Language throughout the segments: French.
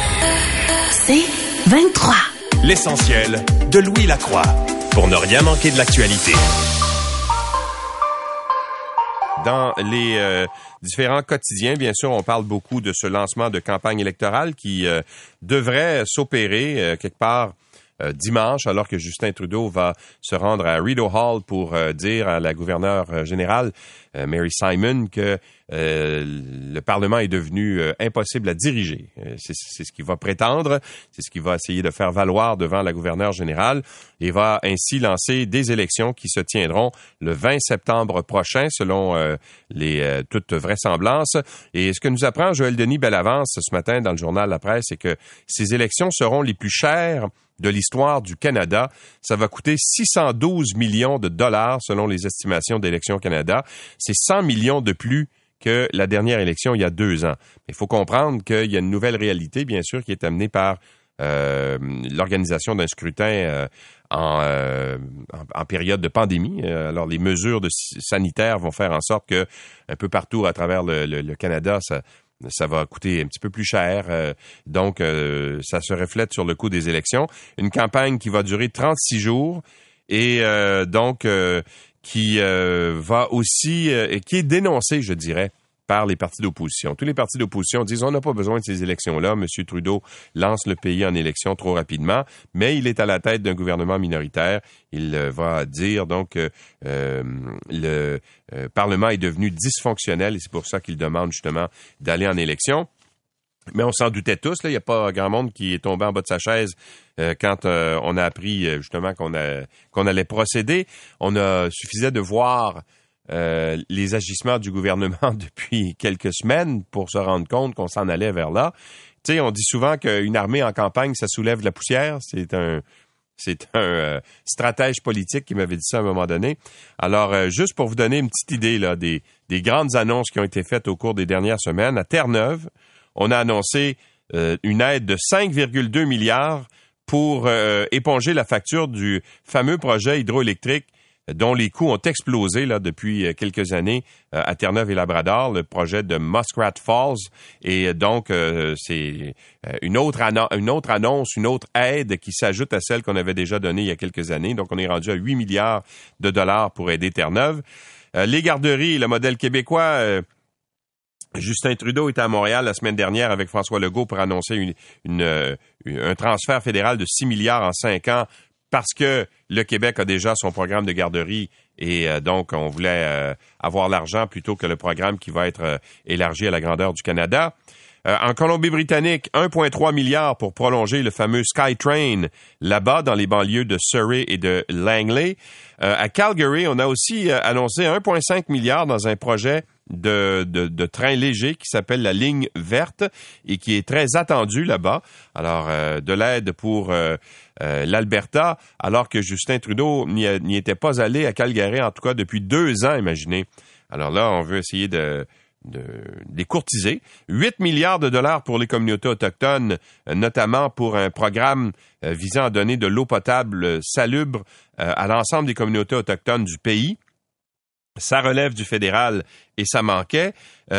C'est 23. L'essentiel de Louis Lacroix, pour ne rien manquer de l'actualité. Dans les différents quotidiens, bien sûr, on parle beaucoup de ce lancement de campagne électorale qui devrait s'opérer quelque part dimanche, alors que Justin Trudeau va se rendre à Rideau Hall pour dire à la gouverneure générale, Mary Simon, que le Parlement est devenu impossible à diriger. C'est ce qu'il va prétendre, c'est ce qu'il va essayer de faire valoir devant la gouverneure générale et va ainsi lancer des élections qui se tiendront le 20 septembre prochain, selon toute vraisemblance. Et ce que nous apprend Joël Denis Bellavance ce matin dans le journal La Presse, c'est que ces élections seront les plus chères de l'histoire du Canada. Ça va coûter 612 millions de dollars selon les estimations d'Élections Canada. C'est 100 millions de plus que la dernière élection il y a 2 ans. Mais il faut comprendre qu'il y a une nouvelle réalité, bien sûr, qui est amenée par l'organisation d'un scrutin en période de pandémie. Alors, les mesures sanitaires vont faire en sorte que un peu partout à travers le Canada, ça va coûter un petit peu plus cher. Donc, ça se reflète sur le coût des élections. Une campagne qui va durer 36 jours et qui va aussi, qui est dénoncée, je dirais, par les partis d'opposition. Tous les partis d'opposition disent on n'a pas besoin de ces élections-là. M. Trudeau lance le pays en élection trop rapidement, mais il est à la tête d'un gouvernement minoritaire. Il va dire donc que le Parlement est devenu dysfonctionnel et c'est pour ça qu'il demande justement d'aller en élection. Mais on s'en doutait tous, là, il n'y a pas grand monde qui est tombé en bas de sa chaise quand on a appris justement qu'on allait procéder. Suffisait de voir les agissements du gouvernement depuis quelques semaines pour se rendre compte qu'on s'en allait vers là. Tu sais, on dit souvent qu'une armée en campagne, ça soulève de la poussière. C'est un stratège politique qui m'avait dit ça à un moment donné. Alors, juste pour vous donner une petite idée là, des grandes annonces qui ont été faites au cours des dernières semaines, à Terre-Neuve, on a annoncé une aide de 5,2 milliards pour éponger la facture du fameux projet hydroélectrique dont les coûts ont explosé là depuis quelques années à Terre-Neuve et Labrador, le projet de Muskrat Falls. Et donc, c'est une autre annonce, une autre aide qui s'ajoute à celle qu'on avait déjà donnée il y a quelques années. Donc, on est rendu à 8 milliards de dollars pour aider Terre-Neuve. Les garderies, le modèle québécois... Justin Trudeau était à Montréal la semaine dernière avec François Legault pour annoncer un transfert fédéral de 6 milliards en 5 ans parce que le Québec a déjà son programme de garderie et donc on voulait avoir l'argent plutôt que le programme qui va être élargi à la grandeur du Canada. En Colombie-Britannique, 1,3 milliard pour prolonger le fameux SkyTrain là-bas dans les banlieues de Surrey et de Langley. À Calgary, on a aussi annoncé 1,5 milliard dans un projet de train léger qui s'appelle la ligne verte et qui est très attendu là-bas. Alors, de l'aide pour l'Alberta, alors que Justin Trudeau n'y était pas allé à Calgary, en tout cas depuis 2 ans, imaginez. Alors là, on veut essayer de les courtiser. 8 milliards de dollars pour les communautés autochtones, notamment pour un programme visant à donner de l'eau potable salubre à l'ensemble des communautés autochtones du pays. Ça relève du fédéral et ça manquait.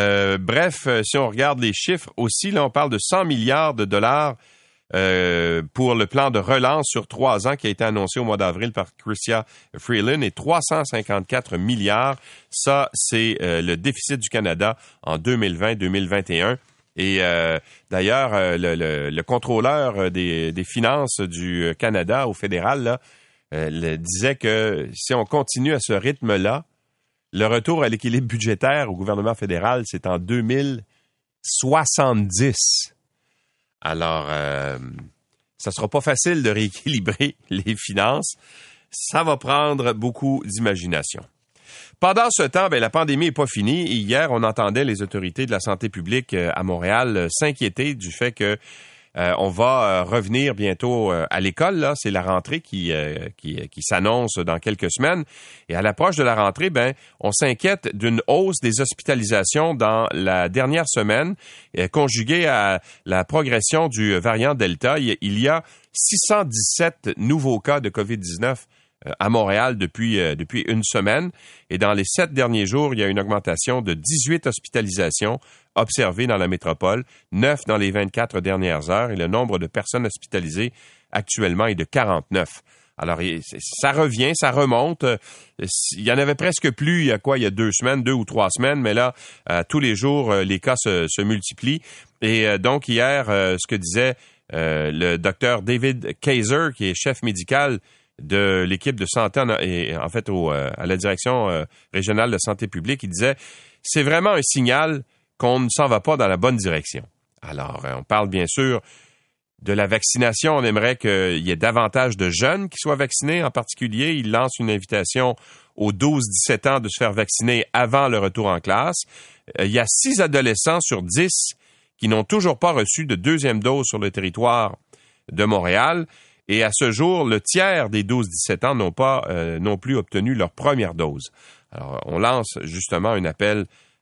Bref, si on regarde les chiffres aussi, là, on parle de 100 milliards de dollars pour le plan de relance sur 3 ans qui a été annoncé au mois d'avril par Chrystia Freeland et 354 milliards. Ça, c'est le déficit du Canada en 2020-2021. Et d'ailleurs, le contrôleur des finances du Canada au fédéral là, disait que si on continue à ce rythme-là, le retour à l'équilibre budgétaire au gouvernement fédéral, c'est en 2070. Alors, ça sera pas facile de rééquilibrer les finances. Ça va prendre beaucoup d'imagination. Pendant ce temps, la pandémie n'est pas finie. Hier, on entendait les autorités de la santé publique à Montréal s'inquiéter du fait que on va revenir bientôt à l'école. Là, c'est la rentrée qui s'annonce dans quelques semaines. Et à l'approche de la rentrée, on s'inquiète d'une hausse des hospitalisations dans la dernière semaine, conjuguée à la progression du variant Delta. Il y a 617 nouveaux cas de COVID-19 à Montréal depuis une semaine. Et dans les 7 derniers jours, il y a une augmentation de 18 hospitalisations observés dans la métropole, 9 dans les 24 dernières heures, et le nombre de personnes hospitalisées actuellement est de 49. Alors, ça revient, ça remonte. Il y en avait presque plus il y a 2 semaines, 2 ou 3 semaines, mais là, tous les jours, les cas se multiplient. Et donc, hier, ce que disait le docteur David Kaiser, qui est chef médical de l'équipe de santé, en fait, à la direction régionale de santé publique, il disait « C'est vraiment un signal qu'on ne s'en va pas dans la bonne direction. » Alors, on parle bien sûr de la vaccination. On aimerait qu'il y ait davantage de jeunes qui soient vaccinés. En particulier, il lance une invitation aux 12-17 ans de se faire vacciner avant le retour en classe. Il y a 6 adolescents sur 10 qui n'ont toujours pas reçu de 2e dose sur le territoire de Montréal. Et à ce jour, le tiers des 12-17 ans n'ont pas non plus obtenu leur première dose. Alors, on lance justement un appel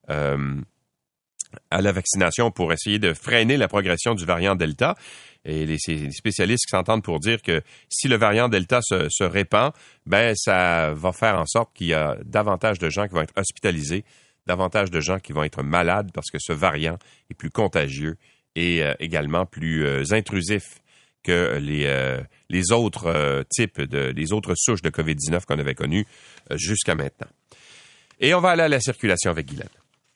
à la vaccination pour essayer de freiner la progression du variant Delta. Et les spécialistes qui s'entendent pour dire que si le variant Delta se répand, ça va faire en sorte qu'il y a davantage de gens qui vont être hospitalisés, davantage de gens qui vont être malades parce que ce variant est plus contagieux et également plus intrusif que les autres types les autres souches de COVID-19 qu'on avait connues jusqu'à maintenant. Et on va aller à la circulation avec Guylaine.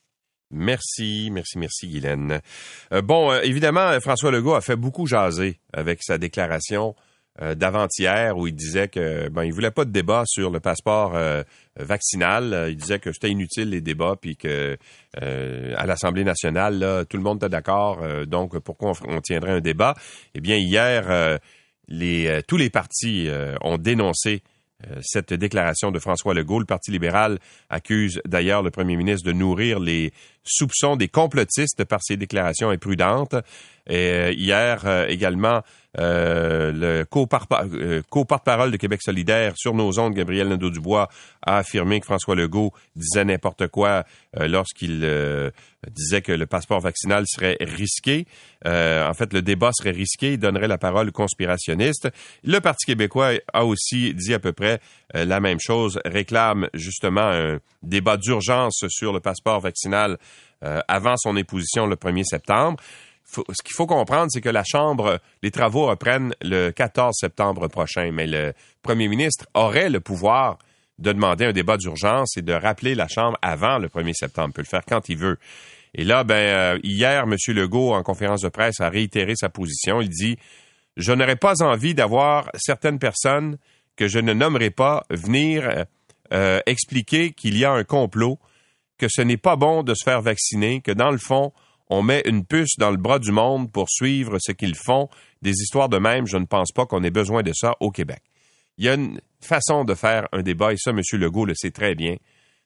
Merci, Guylaine. Évidemment, François Legault a fait beaucoup jaser avec sa déclaration d'avant-hier où il disait que il voulait pas de débat sur le passeport vaccinal. Il disait que c'était inutile les débats puis que à l'Assemblée nationale, là, tout le monde était d'accord. Donc, pourquoi on tiendrait un débat? Eh bien, hier, tous les partis ont dénoncé cette déclaration de François Legault. Le Parti libéral accuse d'ailleurs le premier ministre de nourrir les soupçons des complotistes par ses déclarations imprudentes. Et hier également, le co-porte-parole de Québec solidaire sur nos ondes, Gabriel Nadeau-Dubois, a affirmé que François Legault disait n'importe quoi lorsqu'il disait que le passeport vaccinal serait risqué. En fait, le débat serait risqué, il donnerait la parole aux conspirationnistes. Le Parti québécois a aussi dit à peu près la même chose, réclame justement un débat d'urgence sur le passeport vaccinal avant son imposition le 1er septembre. Ce qu'il faut comprendre, c'est que les travaux reprennent le 14 septembre prochain, mais le premier ministre aurait le pouvoir de demander un débat d'urgence et de rappeler la Chambre avant le 1er septembre. Il peut le faire quand il veut. Et là, hier, M. Legault, en conférence de presse, a réitéré sa position. Il dit « Je n'aurais pas envie d'avoir certaines personnes que je ne nommerai pas venir expliquer qu'il y a un complot, que ce n'est pas bon de se faire vacciner, que dans le fond, on met une puce dans le bras du monde pour suivre ce qu'ils font. Des histoires de même, je ne pense pas qu'on ait besoin de ça au Québec. » Il y a une façon de faire un débat, et ça, M. Legault le sait très bien,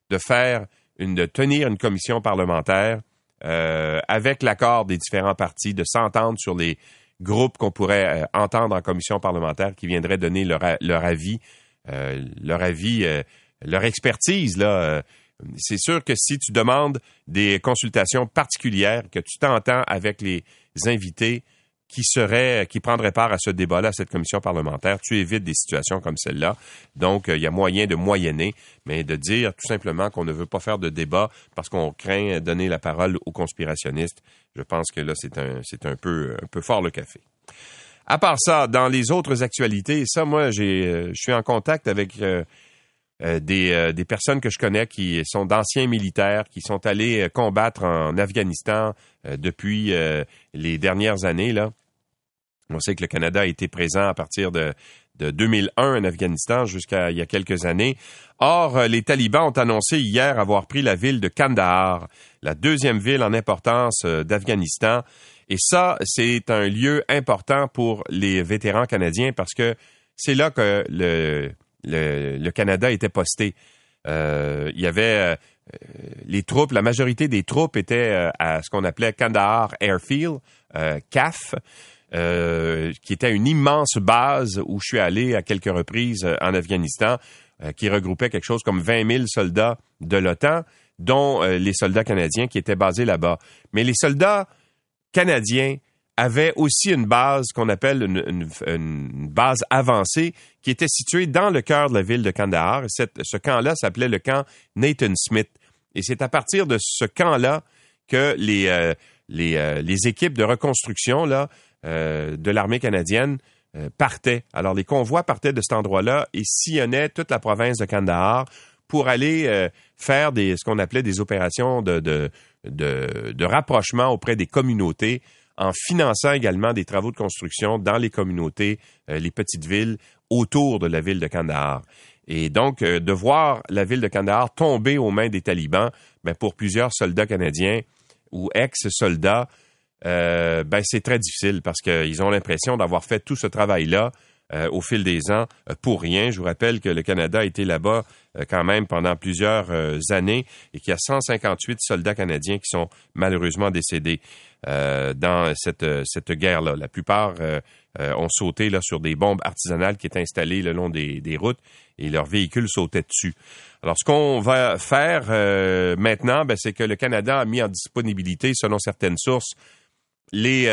de tenir une commission parlementaire avec l'accord des différents partis, de s'entendre sur les groupes qu'on pourrait entendre en commission parlementaire qui viendraient donner leur avis, leur expertise, là. C'est sûr que si tu demandes des consultations particulières, que tu t'entends avec les invités qui prendraient part à ce débat-là, à cette commission parlementaire, tu évites des situations comme celle-là. Donc, il y a moyen de moyenner, mais de dire tout simplement qu'on ne veut pas faire de débat parce qu'on craint donner la parole aux conspirationnistes, je pense que là, c'est un peu fort le café. À part ça, dans les autres actualités, ça, moi, je suis en contact avec des personnes que je connais qui sont d'anciens militaires, qui sont allés combattre en Afghanistan depuis les dernières années, là. On sait que le Canada a été présent à partir de 2001 en Afghanistan jusqu'à il y a quelques années. Or, les talibans ont annoncé hier avoir pris la ville de Kandahar, la 2e ville en importance d'Afghanistan. Et ça, c'est un lieu important pour les vétérans canadiens parce que c'est là que le Canada était posté. Il y avait les troupes, la majorité des troupes étaient à ce qu'on appelait Kandahar Airfield, CAF, qui était une immense base où je suis allé à quelques reprises en Afghanistan, qui regroupait quelque chose comme 20 000 soldats de l'OTAN, dont les soldats canadiens qui étaient basés là-bas. Mais les soldats canadiens avaient aussi une base qu'on appelle une base avancée qui était située dans le cœur de la ville de Kandahar. Ce camp-là s'appelait le camp Nathan Smith. Et c'est à partir de ce camp-là que les équipes de reconstruction là de l'armée canadienne partaient. Alors, les convois partaient de cet endroit-là et sillonnaient toute la province de Kandahar pour aller faire ce qu'on appelait des opérations de rapprochement auprès des communautés, en finançant également des travaux de construction dans les communautés, les petites villes autour de la ville de Kandahar. Et donc, de voir la ville de Kandahar tomber aux mains des talibans, pour plusieurs soldats canadiens ou ex-soldats, c'est très difficile parce qu'ils ont l'impression d'avoir fait tout ce travail-là au fil des ans pour rien. Je vous rappelle que le Canada a été là-bas quand même pendant plusieurs années et qu'il y a 158 soldats canadiens qui sont malheureusement décédés dans cette guerre-là. La plupart ont sauté là sur des bombes artisanales qui étaient installées le long des routes et leurs véhicules sautaient dessus. Alors, ce qu'on va faire maintenant, c'est que le Canada a mis en disponibilité, selon certaines sources, les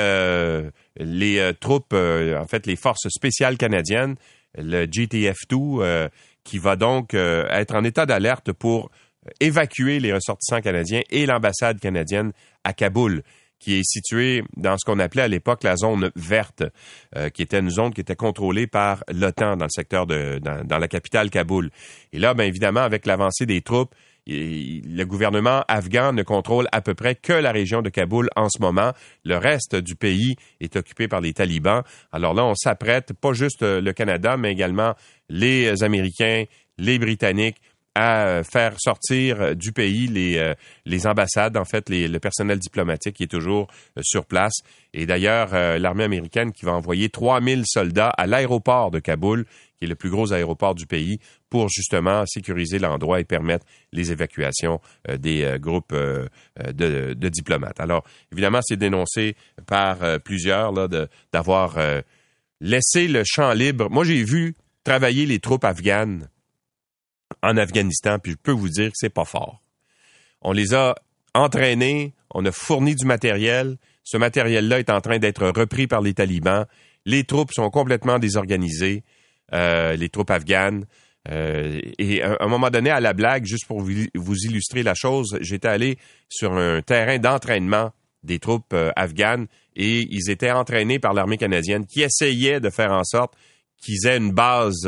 troupes, en fait, les forces spéciales canadiennes, le GTF-2, qui va donc être en état d'alerte pour évacuer les ressortissants canadiens et l'ambassade canadienne à Kaboul, qui est située dans ce qu'on appelait à l'époque la zone verte, qui était une zone qui était contrôlée par l'OTAN dans le secteur dans la capitale Kaboul. Et là, évidemment, avec l'avancée des troupes, le gouvernement afghan ne contrôle à peu près que la région de Kaboul en ce moment. Le reste du pays est occupé par les talibans. Alors là, on s'apprête, pas juste le Canada, mais également les Américains, les Britanniques, à faire sortir du pays les ambassades, en fait, le personnel diplomatique qui est toujours sur place. Et d'ailleurs, l'armée américaine qui va envoyer 3000 soldats à l'aéroport de Kaboul, qui est le plus gros aéroport du pays, pour justement sécuriser l'endroit et permettre les évacuations des groupes de diplomates. Alors, évidemment, c'est dénoncé par plusieurs là, d'avoir laissé le champ libre. Moi, j'ai vu travailler les troupes afghanes en Afghanistan, puis je peux vous dire que c'est pas fort. On les a entraînés, on a fourni du matériel. Ce matériel-là est en train d'être repris par les talibans. Les troupes sont complètement désorganisées, les troupes afghanes. Et à un moment donné, à la blague, juste pour vous illustrer la chose, j'étais allé sur un terrain d'entraînement des troupes afghanes et ils étaient entraînés par l'armée canadienne qui essayait de faire en sorte qu'ils aient une base,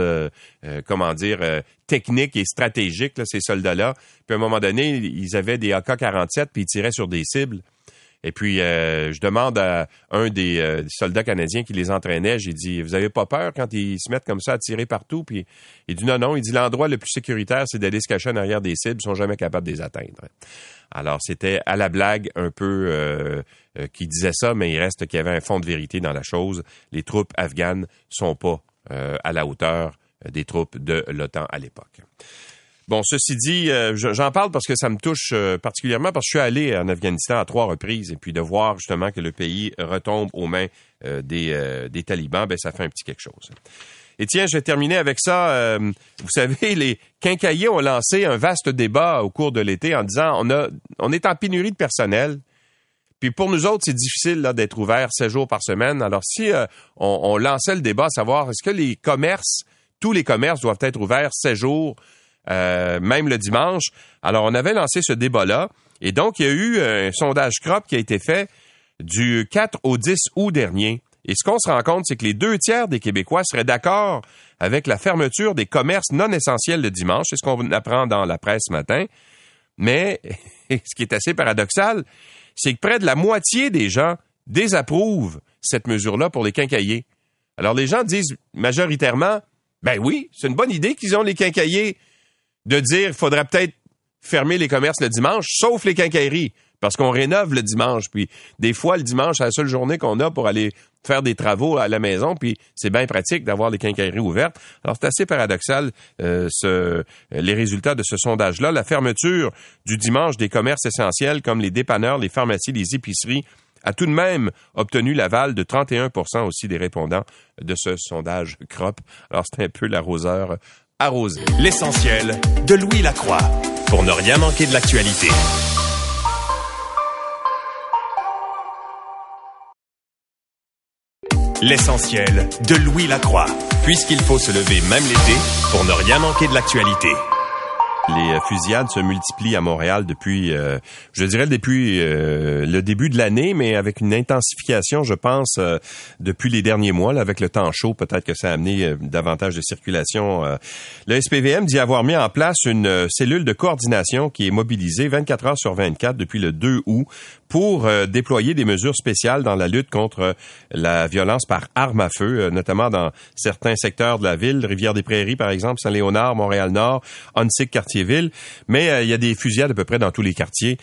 technique et stratégique, là, ces soldats-là. Puis à un moment donné, ils avaient des AK-47 puis ils tiraient sur des cibles. Et puis, je demande à un des soldats canadiens qui les entraînait, j'ai dit, vous avez pas peur quand ils se mettent comme ça à tirer partout? Puis il dit non, il dit l'endroit le plus sécuritaire, c'est d'aller se cacher en arrière des cibles, ils sont jamais capables de les atteindre. Alors, c'était à la blague un peu qui disait ça, mais il reste qu'il y avait un fond de vérité dans la chose. Les troupes afghanes sont pas à la hauteur des troupes de l'OTAN à l'époque. Bon, ceci dit, j'en parle parce que ça me touche particulièrement parce que je suis allé en Afghanistan à 3 reprises et puis de voir justement que le pays retombe aux mains des talibans, ça fait un petit quelque chose. Et tiens, je vais terminer avec ça. Vous savez, les quincailliers ont lancé un vaste débat au cours de l'été en disant on est en pénurie de personnel. Puis pour nous autres, c'est difficile là, d'être ouvert 7 jours par semaine. Alors si on lançait le débat à savoir est-ce que tous les commerces doivent être ouverts 7 jours, même le dimanche. Alors on avait lancé ce débat-là. Et donc il y a eu un sondage CROP qui a été fait du 4 au 10 août dernier. Et ce qu'on se rend compte, c'est que les 2/3 des Québécois seraient d'accord avec la fermeture des commerces non essentiels le dimanche. C'est ce qu'on apprend dans la presse ce matin. Mais ce qui est assez paradoxal, c'est que près de la moitié des gens désapprouvent cette mesure-là pour les quincailliers. Alors, les gens disent majoritairement, oui, c'est une bonne idée qu'ils ont les quincailliers de dire qu'il faudrait peut-être fermer les commerces le dimanche, sauf les quincailleries, parce qu'on rénove le dimanche. Puis, des fois, le dimanche, c'est la seule journée qu'on a pour aller faire des travaux à la maison, puis c'est bien pratique d'avoir les quincailleries ouvertes. Alors, c'est assez paradoxal, les résultats de ce sondage-là. La fermeture du dimanche des commerces essentiels comme les dépanneurs, les pharmacies, les épiceries a tout de même obtenu l'aval de 31% aussi des répondants de ce sondage CROP. Alors, c'est un peu l'arroseur arrosé. L'essentiel de Louis Lacroix, pour ne rien manquer de l'actualité. L'essentiel de Louis Lacroix, puisqu'il faut se lever même l'été pour ne rien manquer de l'actualité. les fusillades se multiplient à Montréal depuis, depuis le début de l'année, mais avec une intensification, je pense, depuis les derniers mois, là, avec le temps chaud, peut-être que ça a amené davantage de circulation. Le SPVM dit avoir mis en place une cellule de coordination qui est mobilisée 24 heures sur 24 depuis le 2 août pour déployer des mesures spéciales dans la lutte contre la violence par arme à feu, notamment dans certains secteurs de la ville, Rivière-des-Prairies, par exemple, Saint-Léonard, Montréal-Nord, Huntsic, Quartier-Ville, mais il y a des fusillades à peu près dans tous les quartiers.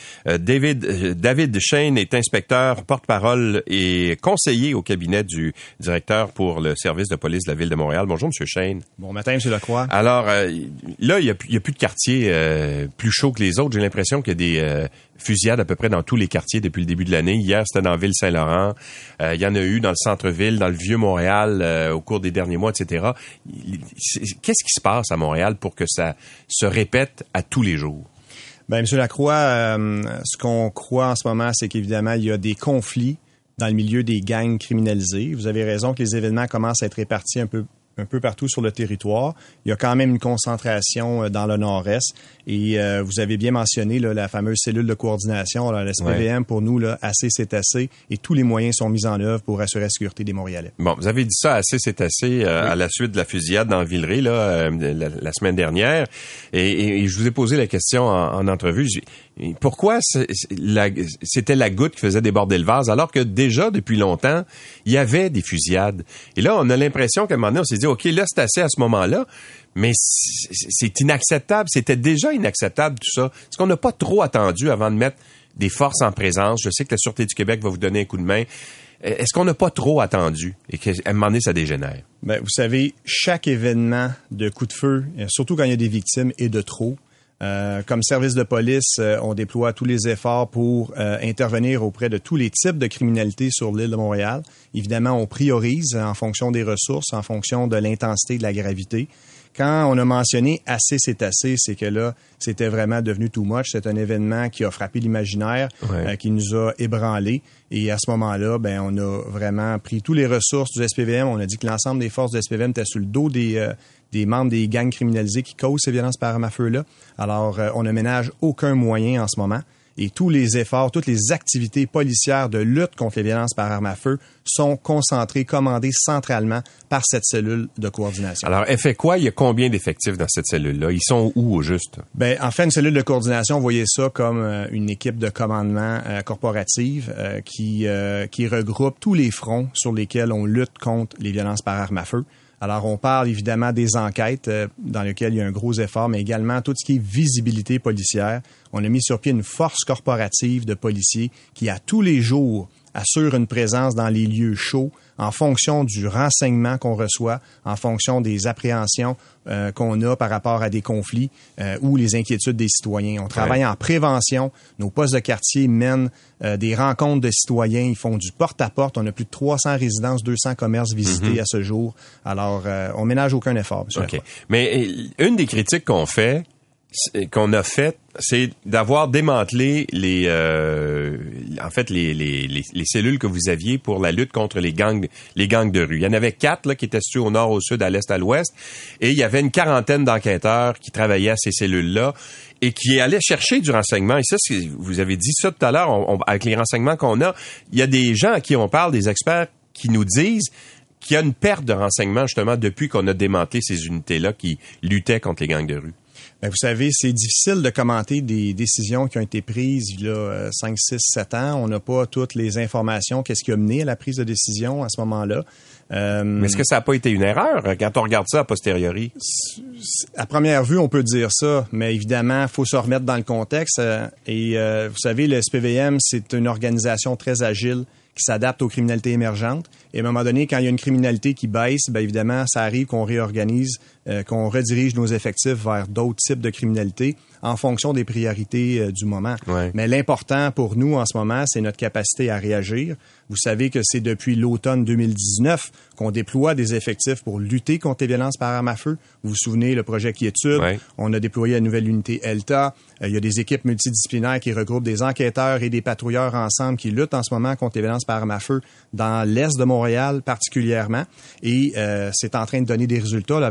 David Shane est inspecteur, porte-parole et conseiller au cabinet du directeur pour le service de police de la Ville de Montréal. Bonjour, M. Shane. Bon matin, M. Lacroix. Alors, là, il y a plus de quartiers plus chauds que les autres. J'ai l'impression qu'il y a des fusillades à peu près dans tous les quartiers depuis le début de l'année. Hier, c'était dans Ville-Saint-Laurent. Il y en a eu dans le centre-ville, dans le Vieux-Montréal, au cours des derniers mois, etc. Qu'est-ce qui se passe à Montréal pour que ça se répète à tous les jours? Ben, M. Lacroix, ce qu'on croit en ce moment, c'est qu'évidemment, il y a des conflits dans le milieu des gangs criminalisés. Vous avez raison que les événements commencent à être répartis un peu partout sur le territoire. Il y a quand même une concentration dans le nord-est. Et vous avez bien mentionné là, la fameuse cellule de coordination. Alors, le SPVM, pour nous, là, assez, c'est assez. Et tous les moyens sont mis en œuvre pour assurer la sécurité des Montréalais. Bon, vous avez dit ça, assez, c'est assez, à la suite de la fusillade dans Villeray, là, la semaine dernière. Et je vous ai posé la question en entrevue. Pourquoi c'était la goutte qui faisait déborder le vase, alors que déjà, depuis longtemps, il y avait des fusillades. Et là, on a l'impression qu'à un moment donné, on s'est dit, OK, là, c'est assez à ce moment-là, mais c'est inacceptable. C'était déjà inacceptable, tout ça. Est-ce qu'on n'a pas trop attendu avant de mettre des forces en présence? Je sais que la Sûreté du Québec va vous donner un coup de main. Est-ce qu'on n'a pas trop attendu et qu'à un moment donné, ça dégénère? Ben, vous savez, chaque événement de coup de feu, surtout quand il y a des victimes, est de trop. Comme service de police, on déploie tous les efforts pour intervenir auprès de tous les types de criminalité sur l'île de Montréal. Évidemment, on priorise en fonction des ressources, en fonction de l'intensité, de la gravité. Quand on a mentionné « assez, c'est assez », c'est que là, c'était vraiment devenu too much. C'est un événement qui a frappé l'imaginaire, qui nous a ébranlés. Et à ce moment-là, ben, on a vraiment pris toutes les ressources du SPVM. On a dit que l'ensemble des forces du SPVM étaient sur le dos des membres des gangs criminalisés qui causent ces violences par arme à feu-là. Alors, on ne ménage aucun moyen en ce moment. Et tous les efforts, toutes les activités policières de lutte contre les violences par arme à feu sont concentrées, commandées centralement par cette cellule de coordination. Alors, elle fait quoi? Il y a combien d'effectifs dans cette cellule-là? Ils sont où, au juste? Ben, en fait, une cellule de coordination, vous voyez ça comme une équipe de commandement corporative qui regroupe tous les fronts sur lesquels on lutte contre les violences par arme à feu. Alors, on parle évidemment des enquêtes dans lesquelles il y a un gros effort, mais également tout ce qui est visibilité policière. On a mis sur pied une force corporative de policiers qui, à tous les jours, assure une présence dans les lieux chauds en fonction du renseignement qu'on reçoit, en fonction des appréhensions qu'on a par rapport à des conflits ou les inquiétudes des citoyens. On travaille en prévention. Nos postes de quartier mènent des rencontres de citoyens. Ils font du porte-à-porte. On a plus de 300 résidences, 200 commerces visités à ce jour. Alors, on ménage aucun effort, monsieur. OK. Mais une des critiques qu'on a fait, c'est d'avoir démantelé les cellules que vous aviez pour la lutte contre les gangs de rue. Il y en avait 4 là, qui étaient situés au nord, au sud, à l'est, à l'ouest, et il y avait une quarantaine d'enquêteurs qui travaillaient à ces cellules-là et qui allaient chercher du renseignement. Et ça, vous avez dit ça tout à l'heure, avec les renseignements qu'on a, il y a des gens à qui on parle, des experts, qui nous disent qu'il y a une perte de renseignements justement depuis qu'on a démantelé ces unités-là qui luttaient contre les gangs de rue. Bien, vous savez, c'est difficile de commenter des décisions qui ont été prises il y a 5, 6, 7 ans. On n'a pas toutes les informations. Qu'est-ce qui a mené à la prise de décision à ce moment-là? Mais est-ce que ça n'a pas été une erreur quand on regarde ça a posteriori? À première vue, on peut dire ça, mais évidemment, il faut se remettre dans le contexte. Vous savez, le SPVM, c'est une organisation très agile qui s'adapte aux criminalités émergentes. Et à un moment donné, quand il y a une criminalité qui baisse, bien évidemment, ça arrive qu'on réorganise, qu'on redirige nos effectifs vers d'autres types de criminalité en fonction des priorités du moment. Ouais. Mais l'important pour nous en ce moment, c'est notre capacité à réagir. Vous savez que c'est depuis l'automne 2019 qu'on déploie des effectifs pour lutter contre les violences par arme à feu. Vous vous souvenez, le projet Quiétude, on a déployé la nouvelle unité ELTA. Il y a des équipes multidisciplinaires qui regroupent des enquêteurs et des patrouilleurs ensemble qui luttent en ce moment contre les violences par arme à feu dans l'est de Montréal particulièrement. Et c'est en train de donner des résultats là, avec les arrestations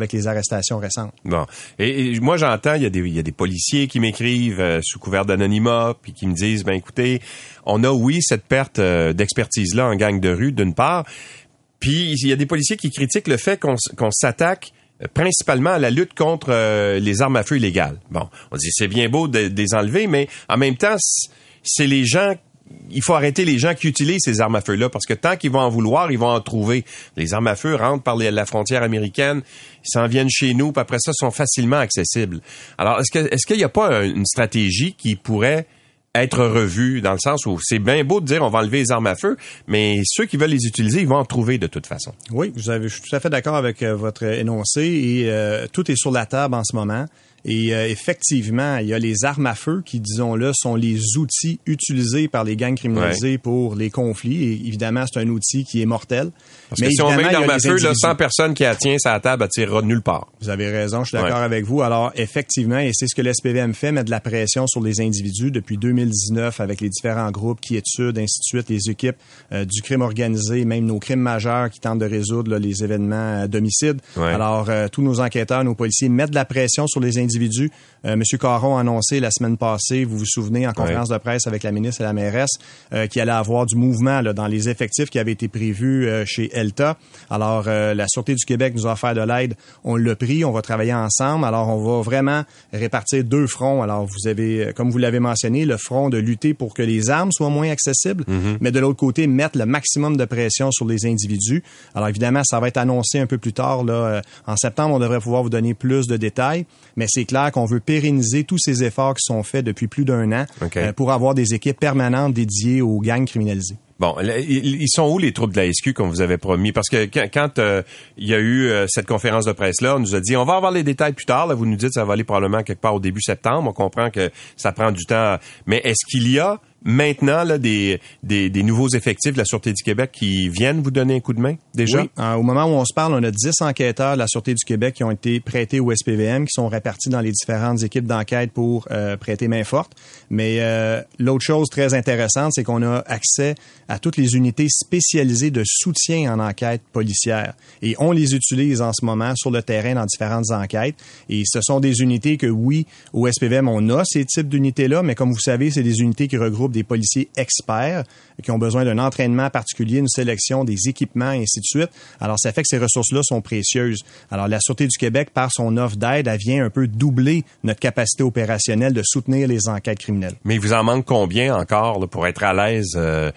manifestations récentes. Bon. Et moi, j'entends, il y a des policiers qui m'écrivent sous couvert d'anonymat, puis qui me disent, écoutez, on a, oui, cette perte d'expertise-là en gang de rue, d'une part, puis il y a des policiers qui critiquent le fait qu'on s'attaque principalement à la lutte contre les armes à feu illégales. Bon, on dit c'est bien beau de les enlever, mais en même temps, c'est les gens. Il faut arrêter les gens qui utilisent ces armes à feu-là, parce que tant qu'ils vont en vouloir, ils vont en trouver. Les armes à feu rentrent par la frontière américaine, ils s'en viennent chez nous, puis après ça, sont facilement accessibles. Alors, est-ce qu'il n'y a pas une stratégie qui pourrait être revue, dans le sens où c'est bien beau de dire on va enlever les armes à feu, mais ceux qui veulent les utiliser, ils vont en trouver de toute façon. Oui, je suis tout à fait d'accord avec votre énoncé et tout est sur la table en ce moment. Et effectivement, il y a les armes à feu qui, disons-le, sont les outils utilisés par les gangs criminalisés pour les conflits. Et évidemment, c'est un outil qui est mortel. Parce que si on met une arme à feu, là, 100 personnes qui la tiennent sur la table, elle tirera de nulle part. Vous avez raison, je suis d'accord avec vous. Alors, effectivement, et c'est ce que l'SPVM fait, mettre de la pression sur les individus depuis 2019 avec les différents groupes qui étudient, ainsi de suite, les équipes du crime organisé, même nos crimes majeurs qui tentent de résoudre là, les événements d'homicide. Ouais. Alors, tous nos enquêteurs, nos policiers mettent de la pression sur les individus. Monsieur Caron a annoncé la semaine passée, vous vous souvenez, en conférence de presse avec la ministre et la mairesse, qu'il allait avoir du mouvement là, dans les effectifs qui avaient été prévus chez ELTA. Alors, la Sûreté du Québec nous a offert de l'aide. On l'a pris, on va travailler ensemble. Alors, on va vraiment répartir deux fronts. Alors, vous avez, comme vous l'avez mentionné, le front de lutter pour que les armes soient moins accessibles, mais de l'autre côté, mettre le maximum de pression sur les individus. Alors, évidemment, ça va être annoncé un peu plus tard. Là, en septembre, on devrait pouvoir vous donner plus de détails, mais c'est clair qu'on veut pérenniser tous ces efforts qui sont faits depuis plus d'1 an pour avoir des équipes permanentes dédiées aux gangs criminalisés. Bon, ils sont où les troupes de la SQ qu'on vous avait promis? Parce que quand il y a eu cette conférence de presse-là, on nous a dit, on va avoir les détails plus tard. Là, vous nous dites, ça va aller probablement quelque part au début septembre. On comprend que ça prend du temps. Mais est-ce qu'il y a maintenant là des nouveaux effectifs de la Sûreté du Québec qui viennent vous donner un coup de main déjà? Oui. Au moment où on se parle, on a 10 enquêteurs de la Sûreté du Québec qui ont été prêtés au SPVM, qui sont répartis dans les différentes équipes d'enquête pour prêter main forte. Mais l'autre chose très intéressante, c'est qu'on a accès à toutes les unités spécialisées de soutien en enquête policière. Et on les utilise en ce moment sur le terrain dans différentes enquêtes. Et ce sont des unités que, oui, au SPVM, on a ces types d'unités-là, mais comme vous savez, c'est des unités qui regroupent des policiers experts qui ont besoin d'un entraînement particulier, une sélection, des équipements, et ainsi de suite. Alors, ça fait que ces ressources-là sont précieuses. Alors, la Sûreté du Québec, par son offre d'aide, elle vient un peu doubler notre capacité opérationnelle de soutenir les enquêtes criminelles. Mais il vous en manque combien encore là, pour être à l'aise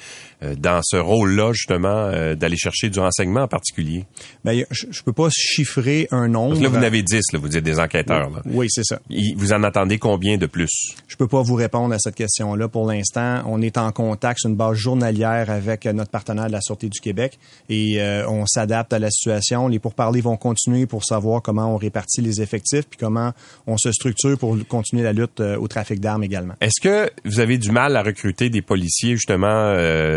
dans ce rôle-là, justement, d'aller chercher du renseignement en particulier? Bien, je peux pas chiffrer un nombre. Parce que là, vous en avez 10, là, vous dites des enquêteurs. Là. Oui, c'est ça. Vous en attendez combien de plus? Je peux pas vous répondre à cette question-là pour l'instant. On est en contact sur une base journalière avec notre partenaire de la Sûreté du Québec et on s'adapte à la situation. Les pourparlers vont continuer pour savoir comment on répartit les effectifs puis comment on se structure pour continuer la lutte au trafic d'armes également. Est-ce que vous avez du mal à recruter des policiers, justement,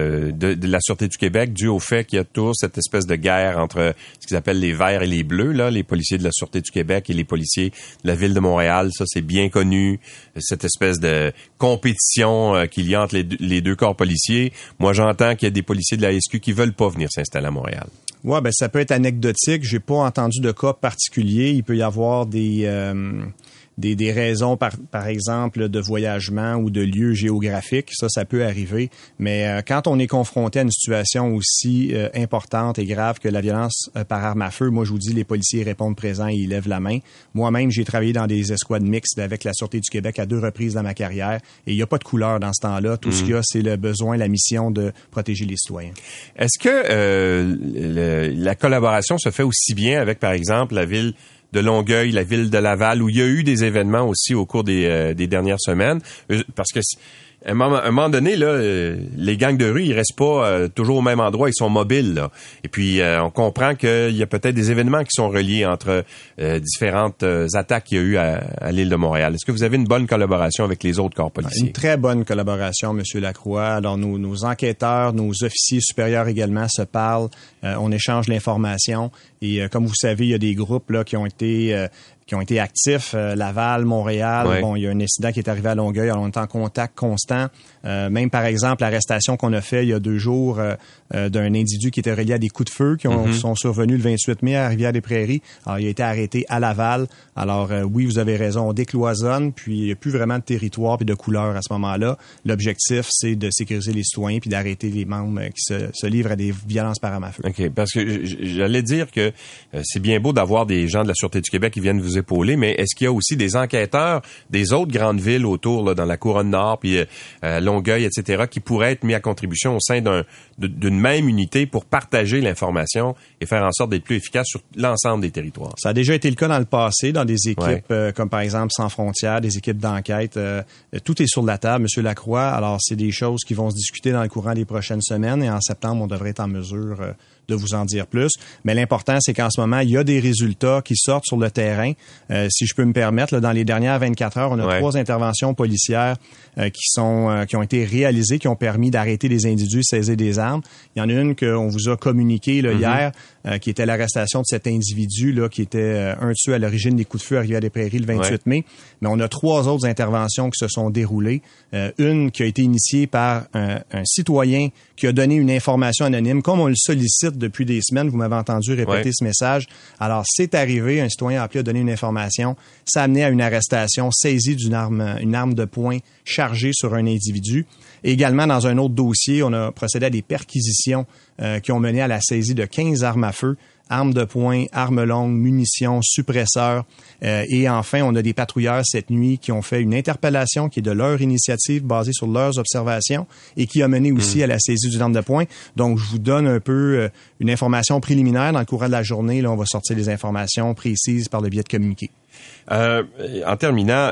de la Sûreté du Québec, dû au fait qu'il y a toujours cette espèce de guerre entre ce qu'ils appellent les verts et les bleus, là, les policiers de la Sûreté du Québec et les policiers de la Ville de Montréal? Ça, c'est bien connu, cette espèce de compétition qu'il y a entre les deux corps policiers. Moi, j'entends qu'il y a des policiers de la SQ qui veulent pas venir s'installer à Montréal. Ouais, ben ça peut être anecdotique. J'ai pas entendu de cas particulier. Il peut y avoir des raisons, par exemple, de voyagement ou de lieux géographiques. Ça peut arriver. Mais quand on est confronté à une situation aussi importante et grave que la violence par arme à feu, moi, je vous dis, les policiers répondent présents et ils lèvent la main. Moi-même, j'ai travaillé dans des escouades mixtes avec la Sûreté du Québec à 2 reprises dans ma carrière. Et il n'y a pas de couleur dans ce temps-là. Tout ce qu'il y a, c'est le besoin, la mission de protéger les citoyens. Est-ce que la collaboration se fait aussi bien avec, par exemple, la ville de Longueuil, la ville de Laval, où il y a eu des événements aussi au cours des dernières semaines? Parce que à un moment donné, là, les gangs de rue, ils restent pas toujours au même endroit, ils sont mobiles, là. Et puis, on comprend qu'il y a peut-être des événements qui sont reliés entre différentes attaques qu'il y a eu à l'île de Montréal. Est-ce que vous avez une bonne collaboration avec les autres corps policiers? Une très bonne collaboration, M. Lacroix. Alors, nos enquêteurs, nos officiers supérieurs également se parlent. On échange l'information. Et comme vous savez, il y a des groupes là qui ont été qui ont été actifs, Laval, Montréal. Ouais. Bon, il y a un incident qui est arrivé à Longueuil, alors on est en contact constant. Même par exemple, l'arrestation qu'on a fait il y a 2 jours d'un individu qui était relié à des coups de feu qui sont survenus le 28 mai à Rivière-des-Prairies. Alors, il a été arrêté à Laval. Alors, oui, vous avez raison, on décloisonne, puis il n'y a plus vraiment de territoire et de couleur à ce moment-là. L'objectif, c'est de sécuriser les citoyens puis d'arrêter les membres qui se livrent à des violences par arme à feu. OK, parce que j'allais dire que c'est bien beau d'avoir des gens de la Sûreté du Québec qui viennent vous épauler, mais est-ce qu'il y a aussi des enquêteurs des autres grandes villes autour, là, dans la Couronne-Nord, puis Longueuil, etc., qui pourraient être mis à contribution au sein d'une même unité pour partager l'information et faire en sorte d'être plus efficace sur l'ensemble des territoires? Ça a déjà été le cas dans le passé, dans des équipes comme par exemple Sans Frontières, des équipes d'enquête. Tout est sur la table, Monsieur Lacroix. Alors, c'est des choses qui vont se discuter dans le courant des prochaines semaines et en septembre, on devrait être en mesure de vous en dire plus. Mais l'important, c'est qu'en ce moment, il y a des résultats qui sortent sur le terrain. Si je peux me permettre, là, dans les dernières 24 heures, on a 3 interventions policières qui ont été réalisées, qui ont permis d'arrêter des individus, saisir des armes. Il y en a une qu'on vous a communiquée hier, qui était l'arrestation de cet individu là, qui était un tué à l'origine des coups de feu à Rivière-des-Prairies le 28 mai. Mais on a 3 autres interventions qui se sont déroulées. Une qui a été initiée par un citoyen qui a donné une information anonyme, comme on le sollicite depuis des semaines. Vous m'avez entendu répéter ce message. Alors, c'est arrivé, un citoyen appelé a donné une information. Ça a amené à une arrestation, saisie d'une arme de poing chargée sur un individu. Et également, dans un autre dossier, on a procédé à des perquisitions qui ont mené à la saisie de 15 armes à feu, armes de poing, armes longues, munitions, suppresseurs. Et enfin, on a des patrouilleurs cette nuit qui ont fait une interpellation qui est de leur initiative, basée sur leurs observations et qui a mené aussi à la saisie d'une arme de poing. Donc, je vous donne un peu une information préliminaire. Dans le courant de la journée, là, on va sortir des informations précises par le biais de communiqués. En terminant,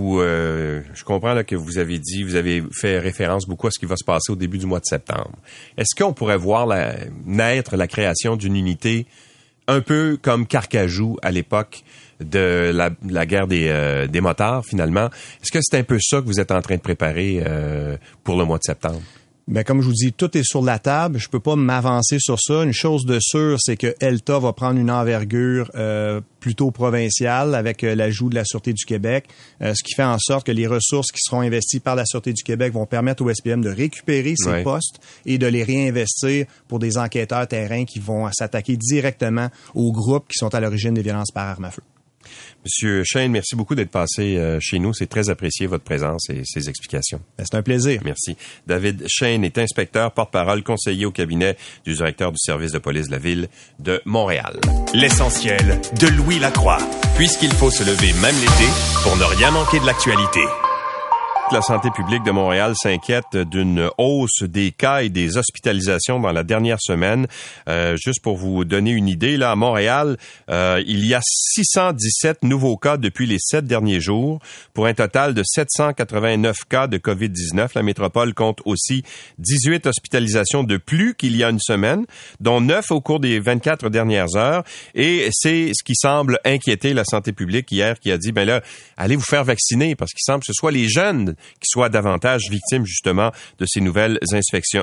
je comprends là, que vous avez fait référence beaucoup à ce qui va se passer au début du mois de septembre. Est-ce qu'on pourrait voir naître la création d'une unité un peu comme Carcajou à l'époque de la guerre des motards, finalement? Est-ce que c'est un peu ça que vous êtes en train de préparer pour le mois de septembre? Ben, comme je vous dis, tout est sur la table. Je peux pas m'avancer sur ça. Une chose de sûre, c'est que ELTA va prendre une envergure plutôt provinciale avec l'ajout de la Sûreté du Québec, ce qui fait en sorte que les ressources qui seront investies par la Sûreté du Québec vont permettre au SPM de récupérer ces postes et de les réinvestir pour des enquêteurs terrain qui vont s'attaquer directement aux groupes qui sont à l'origine des violences par arme à feu. Monsieur Shane, merci beaucoup d'être passé chez nous. C'est très apprécié, votre présence et ses explications. C'est un plaisir. Merci. David Shane est inspecteur, porte-parole, conseiller au cabinet du directeur du service de police de la Ville de Montréal. L'essentiel de Louis Lacroix, puisqu'il faut se lever même l'été pour ne rien manquer de l'actualité. La santé publique de Montréal s'inquiète d'une hausse des cas et des hospitalisations dans la dernière semaine. Juste pour vous donner une idée, là, à Montréal, il y a 617 nouveaux cas depuis les 7 derniers jours, pour un total de 789 cas de COVID-19. La métropole compte aussi 18 hospitalisations de plus qu'il y a une semaine, dont 9 au cours des 24 dernières heures. Et c'est ce qui semble inquiéter la santé publique hier, qui a dit, ben là, allez vous faire vacciner, parce qu'il semble que ce soit les jeunes qui soient davantage victimes, justement, de ces nouvelles infections.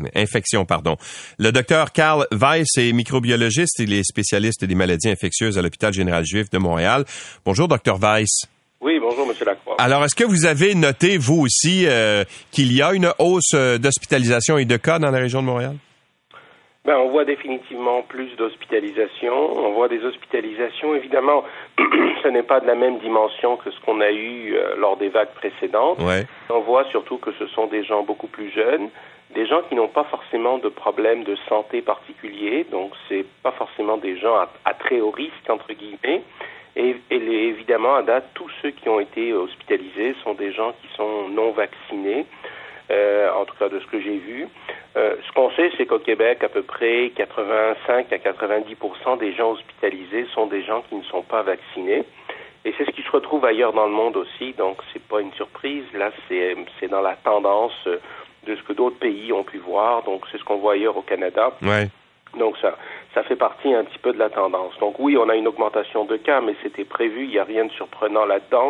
Le docteur Carl Weiss est microbiologiste. Il est spécialiste des maladies infectieuses à l'Hôpital général juif de Montréal. Bonjour, docteur Weiss. Oui, bonjour, M. Lacroix. Alors, est-ce que vous avez noté, vous aussi, qu'il y a une hausse d'hospitalisation et de cas dans la région de Montréal? Ben, on voit définitivement plus d'hospitalisations. On voit des hospitalisations, évidemment, ce n'est pas de la même dimension que ce qu'on a eu lors des vagues précédentes. Ouais. On voit surtout que ce sont des gens beaucoup plus jeunes, des gens qui n'ont pas forcément de problèmes de santé particuliers, donc c'est pas forcément des gens à très haut risque, entre guillemets. Et évidemment, à date, tous ceux qui ont été hospitalisés sont des gens qui sont non vaccinés, en tout cas de ce que j'ai vu. Ce qu'on sait, c'est qu'au Québec, à peu près 85 à 90% des gens hospitalisés sont des gens qui ne sont pas vaccinés. Et c'est ce qui se retrouve ailleurs dans le monde aussi, donc c'est pas une surprise. Là, c'est dans la tendance de ce que d'autres pays ont pu voir, donc c'est ce qu'on voit ailleurs au Canada. Ouais. Donc ça fait partie un petit peu de la tendance. Donc oui, on a une augmentation de cas, mais c'était prévu, il n'y a rien de surprenant là-dedans.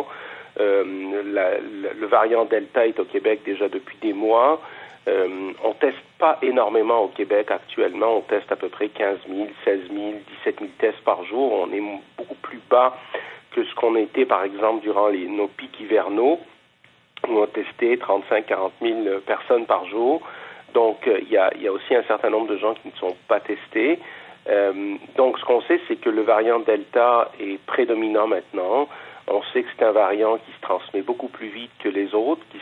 Le variant Delta est au Québec déjà depuis des mois. On teste pas énormément au Québec actuellement. On teste à peu près 15 000, 16 000, 17 000 tests par jour. On est beaucoup plus bas que ce qu'on était, par exemple, durant nos pics hivernaux, où on testait 35-40 000 personnes par jour. Donc, il y a aussi un certain nombre de gens qui ne sont pas testés. Donc, ce qu'on sait, c'est que le variant Delta est prédominant maintenant. On sait que c'est un variant qui se transmet beaucoup plus vite que les autres, qui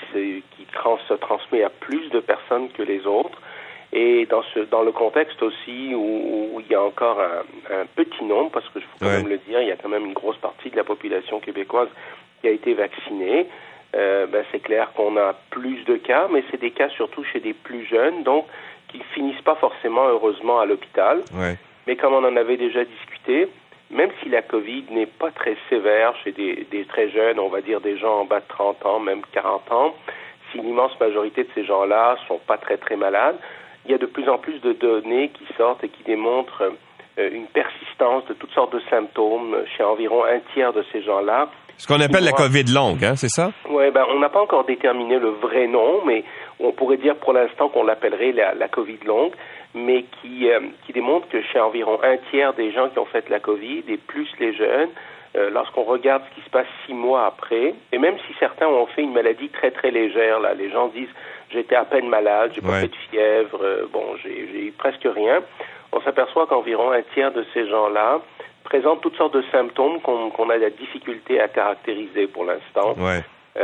se transmet à plus de personnes que les autres. Et dans le contexte aussi où il y a encore un petit nombre, parce que je faut quand même le dire, il y a quand même une grosse partie de la population québécoise qui a été vaccinée. C'est clair qu'on a plus de cas, mais c'est des cas surtout chez des plus jeunes, donc qui finissent pas forcément heureusement à l'hôpital. Ouais. Mais comme on en avait déjà discuté, même si la COVID n'est pas très sévère chez des très jeunes, on va dire des gens en bas de 30 ans, même 40 ans, si l'immense majorité de ces gens-là sont pas très très malades, il y a de plus en plus de données qui sortent et qui démontrent une persistance de toutes sortes de symptômes chez environ un tiers de ces gens-là. Ce qu'on appelle la COVID longue, hein, c'est ça? Oui, on n'a pas encore déterminé le vrai nom, mais on pourrait dire pour l'instant qu'on l'appellerait la COVID longue, mais qui démontre que chez environ un tiers des gens qui ont fait la COVID, et plus les jeunes, lorsqu'on regarde ce qui se passe 6 mois après, et même si certains ont fait une maladie très très légère, là, les gens disent j'étais à peine malade, j'ai pas fait de fièvre, j'ai eu presque rien, on s'aperçoit qu'environ un tiers de ces gens-là présentent toutes sortes de symptômes qu'on a de la difficulté à caractériser pour l'instant. Ouais.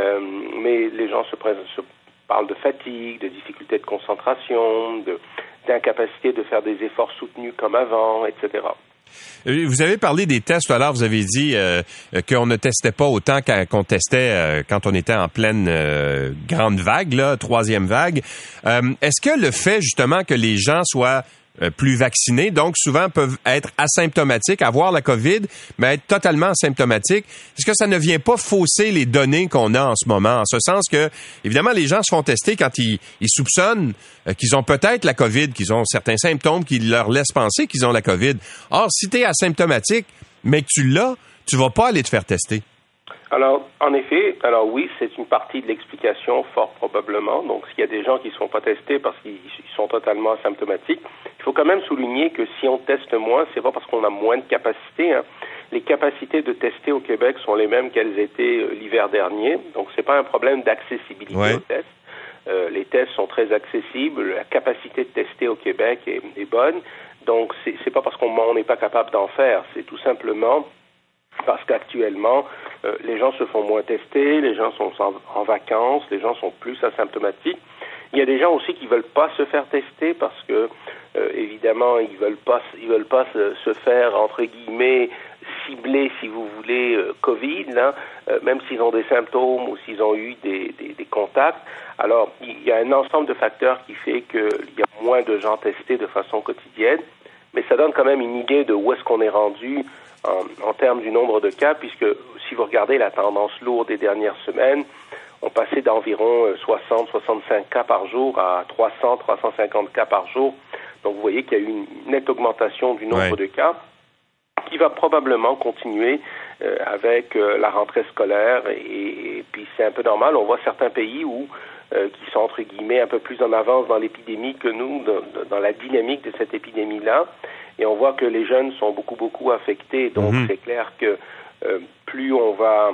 Mais les gens se parlent de fatigue, de difficulté de concentration, d'incapacité de faire des efforts soutenus comme avant, etc. Vous avez parlé des tests tout à l'heure, vous avez dit qu'on ne testait pas autant qu'on testait quand on était en pleine grande vague, là, 3e vague. Est-ce que le fait justement que les gens soient plus vaccinés, donc souvent peuvent être asymptomatiques, avoir la COVID, mais être totalement asymptomatiques. Est-ce que ça ne vient pas fausser les données qu'on a en ce moment? En ce sens que, évidemment, les gens se font tester quand ils soupçonnent qu'ils ont peut-être la COVID, qu'ils ont certains symptômes qui leur laissent penser qu'ils ont la COVID. Or, si tu es asymptomatique, mais que tu l'as, tu vas pas aller te faire tester. Alors, en effet, oui, c'est une partie de l'explication, fort probablement. Donc, s'il y a des gens qui ne sont pas testés parce qu'ils sont totalement asymptomatiques, il faut quand même souligner que si on teste moins, c'est pas parce qu'on a moins de capacités. Hein. Les capacités de tester au Québec sont les mêmes qu'elles étaient l'hiver dernier. Donc, c'est pas un problème d'accessibilité aux tests. Les tests sont très accessibles. La capacité de tester au Québec est bonne. Donc, c'est pas parce qu'on n'est pas capable d'en faire. C'est tout simplement parce qu'actuellement, les gens se font moins tester, les gens sont en vacances, les gens sont plus asymptomatiques. Il y a des gens aussi qui veulent pas se faire tester parce que, évidemment, ils veulent pas se faire, entre guillemets, cibler, si vous voulez, COVID, là, même s'ils ont des symptômes ou s'ils ont eu des contacts. Alors, il y a un ensemble de facteurs qui fait qu'il y a moins de gens testés de façon quotidienne, mais ça donne quand même une idée de où est-ce qu'on est rendu en termes du nombre de cas, puisque si vous regardez la tendance lourde des dernières semaines, on passait d'environ 60-65 cas par jour à 300-350 cas par jour. Donc vous voyez qu'il y a eu une nette augmentation du nombre de cas qui va probablement continuer avec la rentrée scolaire. Et puis c'est un peu normal, on voit certains pays qui sont entre guillemets un peu plus en avance dans l'épidémie que nous, dans la dynamique de cette épidémie-là. Et on voit que les jeunes sont beaucoup affectés. Donc c'est clair que plus on va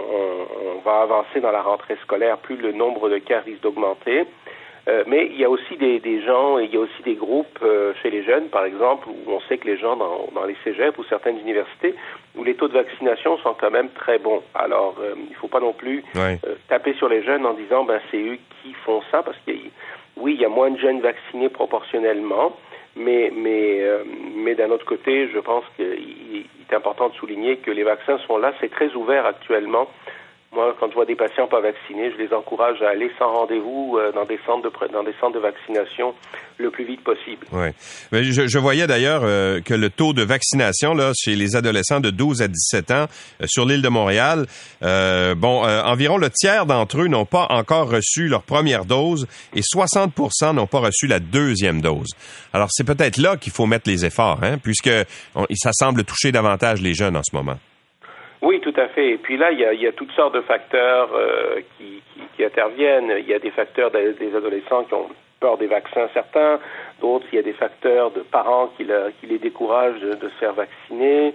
avancer dans la rentrée scolaire, plus le nombre de cas risque d'augmenter. Mais il y a aussi des gens, il y a aussi des groupes chez les jeunes, par exemple, où on sait que les gens dans les cégeps ou certaines universités, où les taux de vaccination sont quand même très bons. Alors, il ne faut pas non plus taper sur les jeunes en disant c'est eux qui font ça, parce qu'il y a moins de jeunes vaccinés proportionnellement. Mais d'un autre côté, je pense qu'il est important de souligner que les vaccins sont là. C'est très ouvert actuellement. Moi, quand je vois des patients pas vaccinés, je les encourage à aller sans rendez-vous dans des centres de vaccination le plus vite possible. Oui. Mais je voyais d'ailleurs que le taux de vaccination là chez les adolescents de 12 à 17 ans sur l'île de Montréal, environ le tiers d'entre eux n'ont pas encore reçu leur première dose et 60% n'ont pas reçu la deuxième dose. Alors, c'est peut-être là qu'il faut mettre les efforts, hein, puisque ça semble toucher davantage les jeunes en ce moment. Oui, tout à fait. Et puis là, il y a toutes sortes de facteurs qui interviennent. Il y a des facteurs des adolescents qui ont peur des vaccins certains. D'autres, il y a des facteurs de parents qui les découragent de se faire vacciner.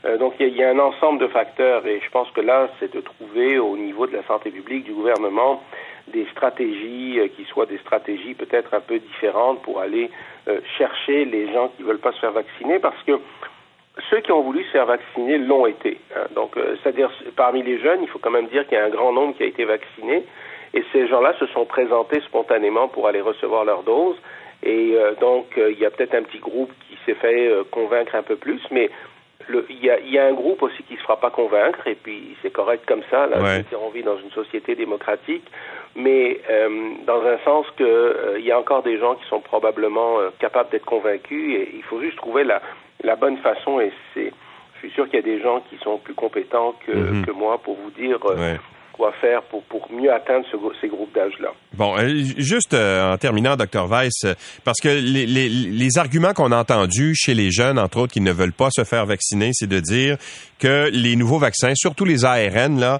Donc il y a un ensemble de facteurs et je pense que là, c'est de trouver au niveau de la santé publique, du gouvernement, des stratégies qui soient des stratégies peut-être un peu différentes pour aller chercher les gens qui veulent pas se faire vacciner, parce que ceux qui ont voulu se faire vacciner l'ont été. Hein. Donc, c'est-à-dire, parmi les jeunes, il faut quand même dire qu'il y a un grand nombre qui a été vacciné, et ces gens-là se sont présentés spontanément pour aller recevoir leur dose, et donc, il y a peut-être un petit groupe qui s'est fait convaincre un peu plus, mais il y a un groupe aussi qui se fera pas convaincre, et puis c'est correct comme ça. Là, ouais. on vit dans une société démocratique, mais dans un sens que il y a encore des gens qui sont probablement capables d'être convaincus, et il faut juste trouver la bonne façon. Et je suis sûr qu'il y a des gens qui sont plus compétents que moi pour vous dire quoi faire pour mieux atteindre ces groupes d'âge-là. Bon, juste en terminant, Dr. Weiss, parce que les arguments qu'on a entendus chez les jeunes, entre autres, qui ne veulent pas se faire vacciner, c'est de dire que les nouveaux vaccins, surtout les ARN, là,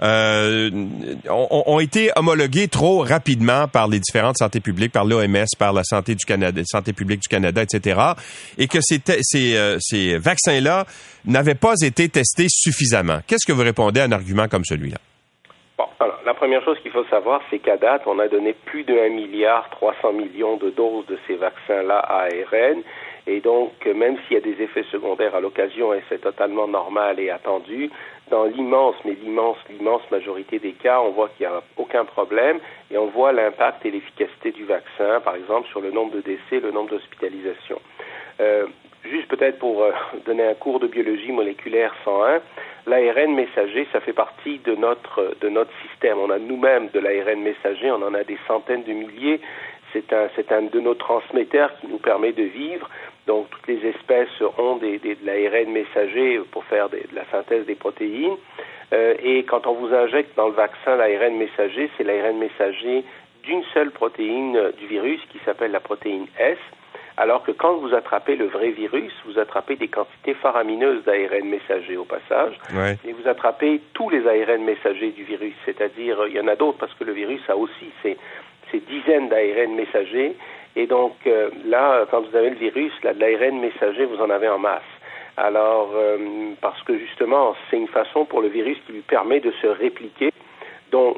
ont été homologués trop rapidement par les différentes santé publiques, par l'OMS, par la Santé publique du Canada, etc., et que ces vaccins-là n'avaient pas été testés suffisamment. Qu'est-ce que vous répondez à un argument comme celui-là? Bon, alors, la première chose qu'il faut savoir, c'est qu'à date, on a donné plus de 1,3 milliard de doses de ces vaccins-là à ARN. Et donc, même s'il y a des effets secondaires à l'occasion, et c'est totalement normal et attendu, dans l'immense majorité des cas, on voit qu'il n'y a aucun problème et on voit l'impact et l'efficacité du vaccin, par exemple, sur le nombre de décès, le nombre d'hospitalisations. Juste peut-être pour donner un cours de biologie moléculaire 101, l'ARN messager, ça fait partie de notre système. On a nous-mêmes de l'ARN messager, on en a des centaines de milliers. C'est un de nos transmetteurs qui nous permet de vivre. Donc toutes les espèces ont de l'ARN messager pour faire de la synthèse des protéines. Et quand on vous injecte dans le vaccin l'ARN messager, c'est l'ARN messager d'une seule protéine du virus qui s'appelle la protéine S. Alors que quand vous attrapez le vrai virus, vous attrapez des quantités faramineuses d'ARN messager au passage, et vous attrapez tous les ARN messagers du virus, c'est-à-dire il y en a d'autres parce que le virus a aussi ces dizaines d'ARN messagers, et donc là, quand vous avez le virus, là, de l'ARN messager, vous en avez en masse. Alors, parce que justement, c'est une façon pour le virus qui lui permet de se répliquer, donc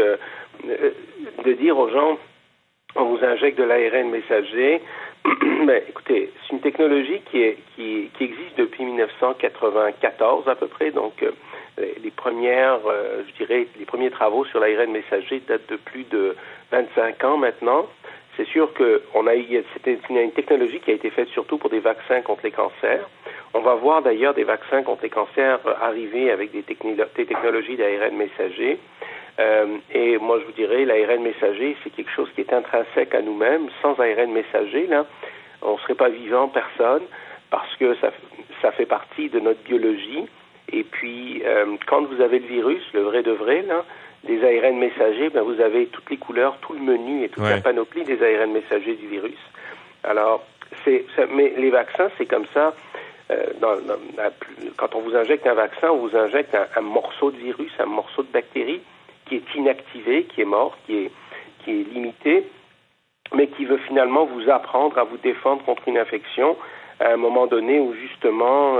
de dire aux gens, on vous injecte de l'ARN messager. Mais écoutez, c'est une technologie qui existe depuis 1994 à peu près, donc les premiers travaux sur l'ARN messager datent de plus de 25 ans maintenant. C'est sûr que c'était une technologie qui a été faite surtout pour des vaccins contre les cancers. On va voir d'ailleurs des vaccins contre les cancers arriver avec des technologies d'ARN messager. Et moi, je vous dirais, l'ARN messager, c'est quelque chose qui est intrinsèque à nous-mêmes. Sans ARN messager, là, on ne serait pas vivant, personne, parce que ça fait partie de notre biologie. Et puis, quand vous avez le virus, le vrai de vrai, là, des ARN messagers, ben, vous avez toutes les couleurs, tout le menu et toute la panoplie des ARN messagers du virus. Alors, mais les vaccins, c'est comme ça. Quand on vous injecte un vaccin, on vous injecte un morceau de virus, un morceau de bactérie qui est inactivé, qui est mort, qui est limité, mais qui veut finalement vous apprendre à vous défendre contre une infection à un moment donné où justement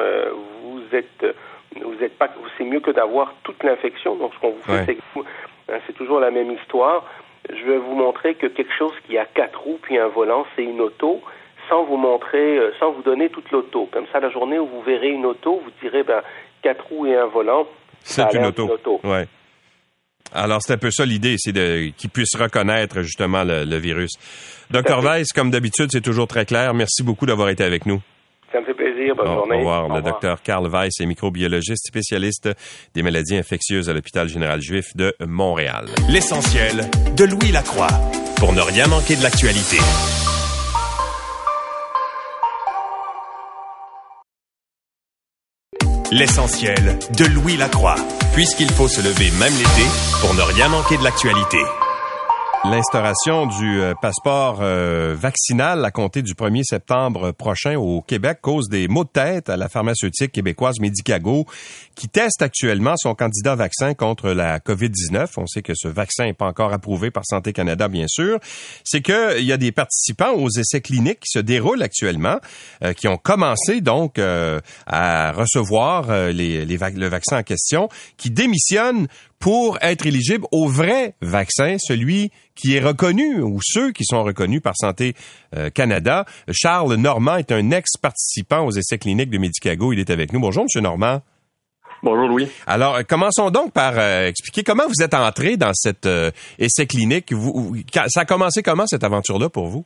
c'est mieux que d'avoir toute l'infection. Donc ce qu'on vous fait, c'est toujours la même histoire. Je vais vous montrer que quelque chose qui a 4 roues puis un volant, c'est une auto, sans vous donner toute l'auto. Comme ça, la journée où vous verrez une auto, vous direz 4 roues et un volant, c'est une auto. Ouais. Alors, c'est un peu ça l'idée, c'est qu'ils puissent reconnaître justement le virus. Dr. Weiss, comme d'habitude, c'est toujours très clair. Merci beaucoup d'avoir été avec nous. Ça me fait plaisir. Bonne journée. Au revoir. Le Dr. Carl Weiss est microbiologiste spécialiste des maladies infectieuses à l'Hôpital général juif de Montréal. L'essentiel de Louis Lacroix, pour ne rien manquer de l'actualité. L'essentiel de Louis Lacroix, puisqu'il faut se lever même l'été pour ne rien manquer de l'actualité. L'instauration du passeport vaccinal à compter du 1er septembre prochain au Québec cause des maux de tête à la pharmaceutique québécoise Medicago qui teste actuellement son candidat vaccin contre la COVID-19. On sait que ce vaccin n'est pas encore approuvé par Santé Canada, bien sûr. C'est qu'il y a des participants aux essais cliniques qui se déroulent actuellement, qui ont commencé donc à recevoir le vaccin en question, qui démissionnent pour être éligible au vrai vaccin, celui qui est reconnu ou ceux qui sont reconnus par Santé Canada. Charles Normand est un ex-participant aux essais cliniques de Medicago. Il est avec nous. Bonjour, M. Normand. Bonjour, Louis. Alors, commençons donc par expliquer comment vous êtes entré dans cet essai clinique. Ça a commencé comment, cette aventure-là, pour vous?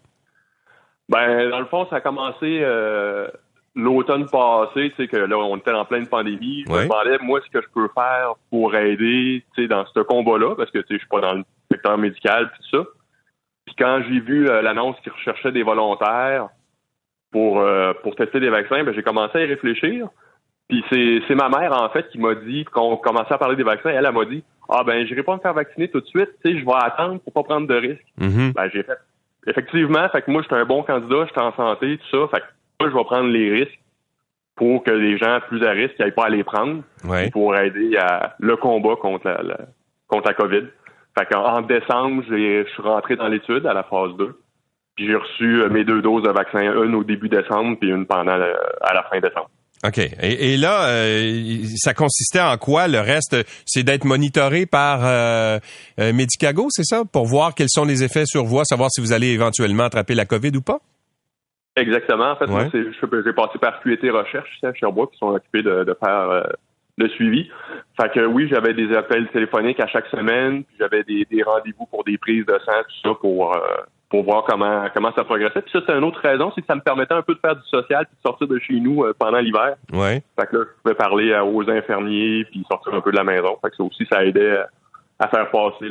Ben, dans le fond, ça a commencé l'automne passé, tu sais, que là, on était en pleine pandémie. Je me demandais, moi, ce que je peux faire pour aider, tu sais, dans ce combat-là, parce que, tu sais, je suis pas dans le secteur médical, puis tout ça. Puis quand j'ai vu l'annonce qu'ils recherchaient des volontaires pour tester des vaccins, ben, j'ai commencé à y réfléchir. Puis c'est ma mère, en fait, qui m'a dit, qu'on commençait à parler des vaccins, elle m'a dit, ben, j'irai pas me faire vacciner tout de suite, tu sais, je vais attendre pour pas prendre de risques. Mm-hmm. Ben, j'ai fait, effectivement, fait que moi, j'étais un bon candidat, j'étais en santé, tout ça, fait que moi, je vais prendre les risques pour que les gens plus à risque n'aillent pas à les prendre pour aider à le combat contre la COVID. Fait qu'en décembre, je suis rentré dans l'étude à la phase 2. Puis j'ai reçu mes 2 doses de vaccin, une au début décembre puis une à la fin décembre. OK. Et là, ça consistait en quoi? Le reste, c'est d'être monitoré par Medicago, c'est ça? Pour voir quels sont les effets sur vous, savoir si vous allez éventuellement attraper la COVID ou pas? Exactement. En fait, moi, j'ai passé par QT Recherche ici à Sherbrooke qui sont occupés de faire le suivi. Fait que oui, j'avais des appels téléphoniques à chaque semaine, puis j'avais des rendez-vous pour des prises de sang, tout ça, pour voir comment ça progressait. Puis ça, c'est une autre raison, c'est que ça me permettait un peu de faire du social puis de sortir de chez nous pendant l'hiver. Ouais. Fait que là, je pouvais parler aux infirmiers puis sortir un peu de la maison. Fait que ça aussi, ça aidait à faire passer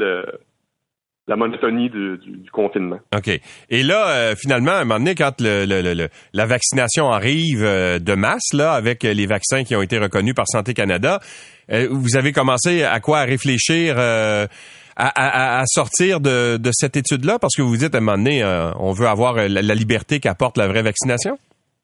la monotonie du confinement. OK. Et là, finalement, à un moment donné, quand la vaccination arrive de masse, là, avec les vaccins qui ont été reconnus par Santé Canada, vous avez commencé à réfléchir à sortir de cette étude-là? Parce que vous dites, à un moment donné, on veut avoir la liberté qu'apporte la vraie vaccination?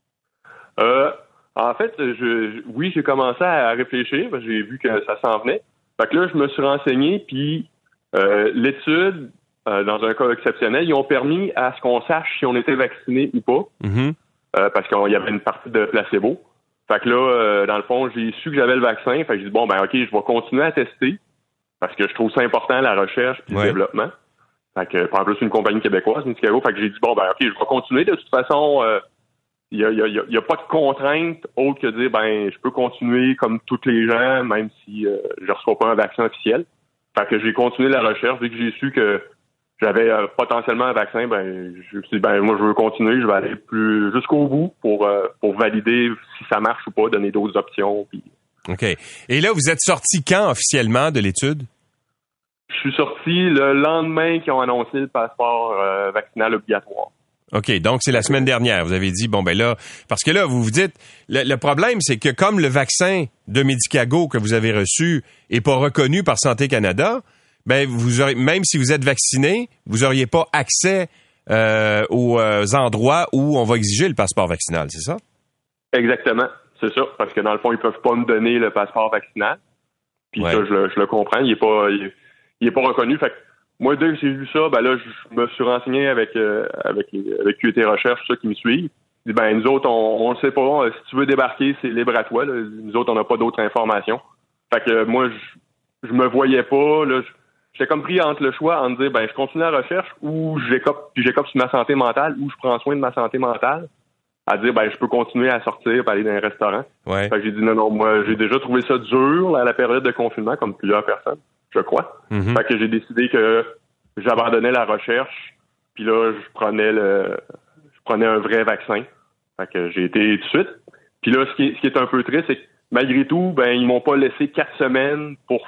En fait, j'ai commencé à réfléchir. J'ai vu que ça s'en venait. Fait que là, je me suis renseigné, puis l'étude, dans un cas exceptionnel, ils ont permis à ce qu'on sache si on était vacciné ou pas, parce qu'il y avait une partie de placebo. Fait que là, dans le fond, j'ai su que j'avais le vaccin. Fait que j'ai dit, bon, ben ok, je vais continuer à tester, parce que je trouve ça important, la recherche et le développement. Fait que, en plus, c'est une compagnie québécoise, Medicago. Fait que j'ai dit, bon, ben ok, je vais continuer. De toute façon, il y a pas de contrainte autre que de dire, ben, je peux continuer comme tous les gens, même si je reçois pas un vaccin officiel. Fait que j'ai continué la recherche. Dès que j'ai su que j'avais potentiellement un vaccin, ben, je me suis dit, ben, moi, je veux continuer. Je vais aller plus jusqu'au bout pour valider si ça marche ou pas, donner d'autres options. Puis... OK. Et là, vous êtes sorti quand officiellement de l'étude? Je suis sorti le lendemain qu'ils ont annoncé le passeport vaccinal obligatoire. OK, donc c'est la semaine dernière. Vous avez dit, bon, ben là, parce que là, vous vous dites, le problème, c'est que comme le vaccin de Medicago que vous avez reçu est pas reconnu par Santé Canada, ben, vous aurez, même si vous êtes vacciné, vous auriez pas accès aux endroits où on va exiger le passeport vaccinal, c'est ça? Exactement, c'est ça. Parce que dans le fond, ils peuvent pas me donner le passeport vaccinal. Puis ça, je le comprends. Il est pas reconnu. Fait que moi, dès que j'ai vu ça, ben là, je me suis renseigné avec QT Recherche, ceux qui me suivent. Je dis, ben, nous autres, on le sait pas. Si tu veux débarquer, c'est libre à toi. Là. Nous autres, on n'a pas d'autres informations. Fait que moi, je me voyais pas. Là, j'étais comme pris entre le choix en me dire, ben, je continue la recherche ou j'écope sur ma santé mentale ou je prends soin de ma santé mentale. À dire, ben, je peux continuer à sortir et aller dans un restaurant. Ouais. Fait que j'ai dit, non, moi, j'ai déjà trouvé ça dur à la période de confinement, comme plusieurs personnes, je crois. Mm-hmm. Fait que j'ai décidé que j'abandonnais la recherche, puis là, je prenais un vrai vaccin. Fait que j'ai été tout de suite. Puis là, ce qui est un peu triste, c'est que malgré tout, ben, ils m'ont pas laissé 4 semaines pour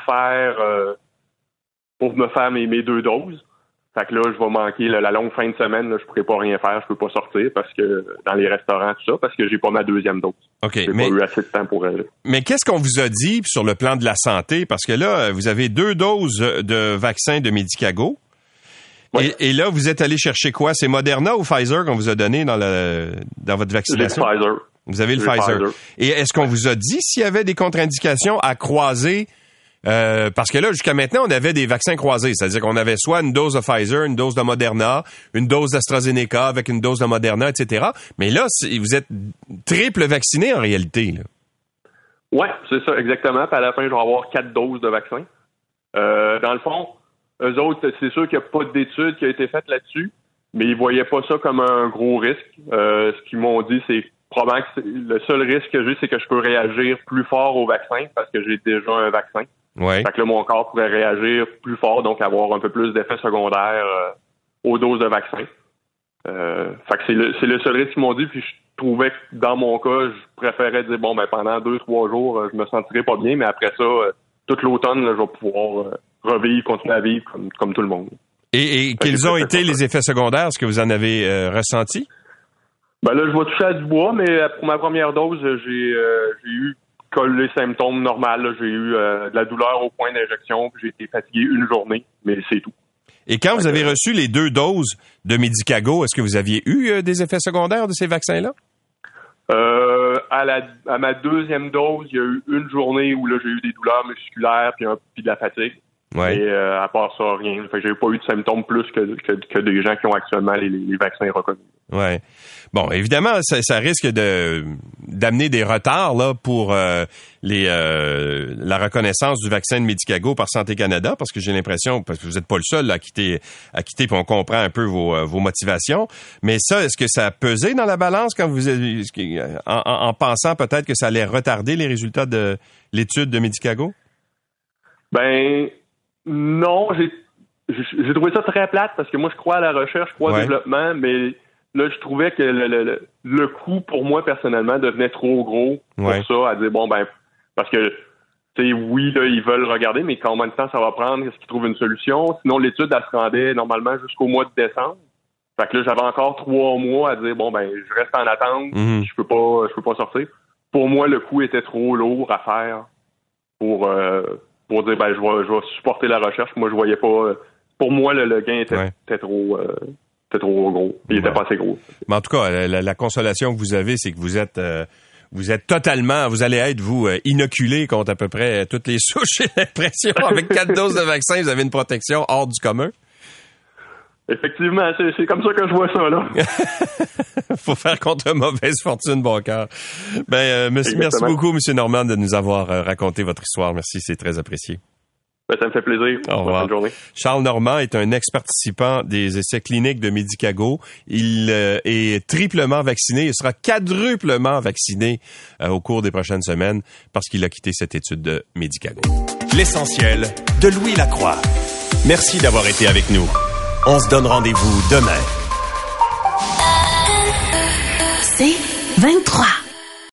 me faire mes 2 doses. Fait que là, je vais manquer la longue fin de semaine. Là, je pourrais pas rien faire, je peux pas sortir parce que dans les restaurants, tout ça, parce que j'ai pas ma 2e dose. OK. J'ai pas eu assez de temps pour elle. Mais qu'est-ce qu'on vous a dit sur le plan de la santé? Parce que là, vous avez 2 doses de vaccin de Medicago. Oui. Et là, vous êtes allé chercher quoi? C'est Moderna ou Pfizer qu'on vous a donné dans votre vaccination? J'ai Pfizer. Vous avez le Pfizer. Et est-ce qu'on vous a dit s'il y avait des contre-indications à croiser? Parce que là, jusqu'à maintenant, on avait des vaccins croisés. C'est-à-dire qu'on avait soit une dose de Pfizer, une dose de Moderna, une dose d'AstraZeneca avec une dose de Moderna, etc. Mais là, vous êtes triple vacciné en réalité, là. Oui, c'est ça, exactement. Puis à la fin, je vais avoir 4 doses de vaccin. Dans le fond, eux autres, c'est sûr qu'il n'y a pas d'études qui a été faite là-dessus, mais ils voyaient pas ça comme un gros risque. Ce qu'ils m'ont dit, c'est probablement que le seul risque que j'ai, c'est que je peux réagir plus fort au vaccin parce que j'ai déjà un vaccin. Ouais. Fait que là, mon corps pourrait réagir plus fort, donc avoir un peu plus d'effets secondaires aux doses de vaccin. Fait que c'est le seul risque qu'ils m'ont dit, puis je trouvais que dans mon cas, je préférais dire, bon, ben pendant 2-3 jours, je me sentirais pas bien, mais après ça, tout l'automne, là, je vais pouvoir revivre, continuer à vivre comme tout le monde. Et quels ont été les effets secondaires? Est-ce que vous en avez ressenti? Ben là, je vais toucher à du bois, mais pour ma première dose, j'ai eu les symptômes normaux. Là. J'ai eu de la douleur au point d'injection, puis j'ai été fatigué une journée, mais c'est tout. Et quand vous avez reçu les 2 doses de Medicago, est-ce que vous aviez eu des effets secondaires de ces vaccins-là? À ma deuxième dose, il y a eu une journée où là j'ai eu des douleurs musculaires puis de la fatigue. Ouais. Et à part ça, rien. Fait que j'ai pas eu de symptômes plus que des gens qui ont actuellement les vaccins reconnus. Ouais. Bon, évidemment, ça risque d'amener des retards là pour la reconnaissance du vaccin de Medicago par Santé Canada, parce que j'ai l'impression, parce que vous n'êtes pas le seul là, à quitter, puis on comprend un peu vos motivations. Mais ça, est-ce que ça a pesé dans la balance quand vous en pensant peut-être que ça allait retarder les résultats de l'étude de Medicago? Ben non, j'ai trouvé ça très plate parce que moi je crois à la recherche, je crois au développement, mais là je trouvais que le coût pour moi personnellement devenait trop gros pour ça, à dire bon ben parce que tu sais oui là ils veulent regarder, mais combien de temps ça va prendre, est-ce qu'ils trouvent une solution? Sinon l'étude elle se rendait normalement jusqu'au mois de décembre. Fait que là j'avais encore 3 mois à dire bon ben je reste en attente, je peux pas sortir. Pour moi le coût était trop lourd à faire pour dire ben je vais supporter la recherche. Moi je voyais pas. Pour moi le gain était trop gros. Il était pas assez gros. Mais en tout cas la consolation que vous avez, c'est que vous êtes totalement, vous allez être vous inoculé contre à peu près toutes les souches. J'ai l'impression avec 4 doses de vaccin, vous avez une protection hors du commun. Effectivement, c'est comme ça que je vois ça, là. Faut faire contre mauvaise fortune, bon cœur. Merci beaucoup, M. Normand, de nous avoir raconté votre histoire. Merci, c'est très apprécié. Ça me fait plaisir. Au revoir. Bonne journée. Charles Normand est un ex-participant des essais cliniques de Medicago. Il est triplement vacciné. Il sera quadruplement vacciné au cours des prochaines semaines parce qu'il a quitté cette étude de Medicago. L'essentiel de Louis Lacroix. Merci d'avoir été avec nous. On se donne rendez-vous demain. C'est 23.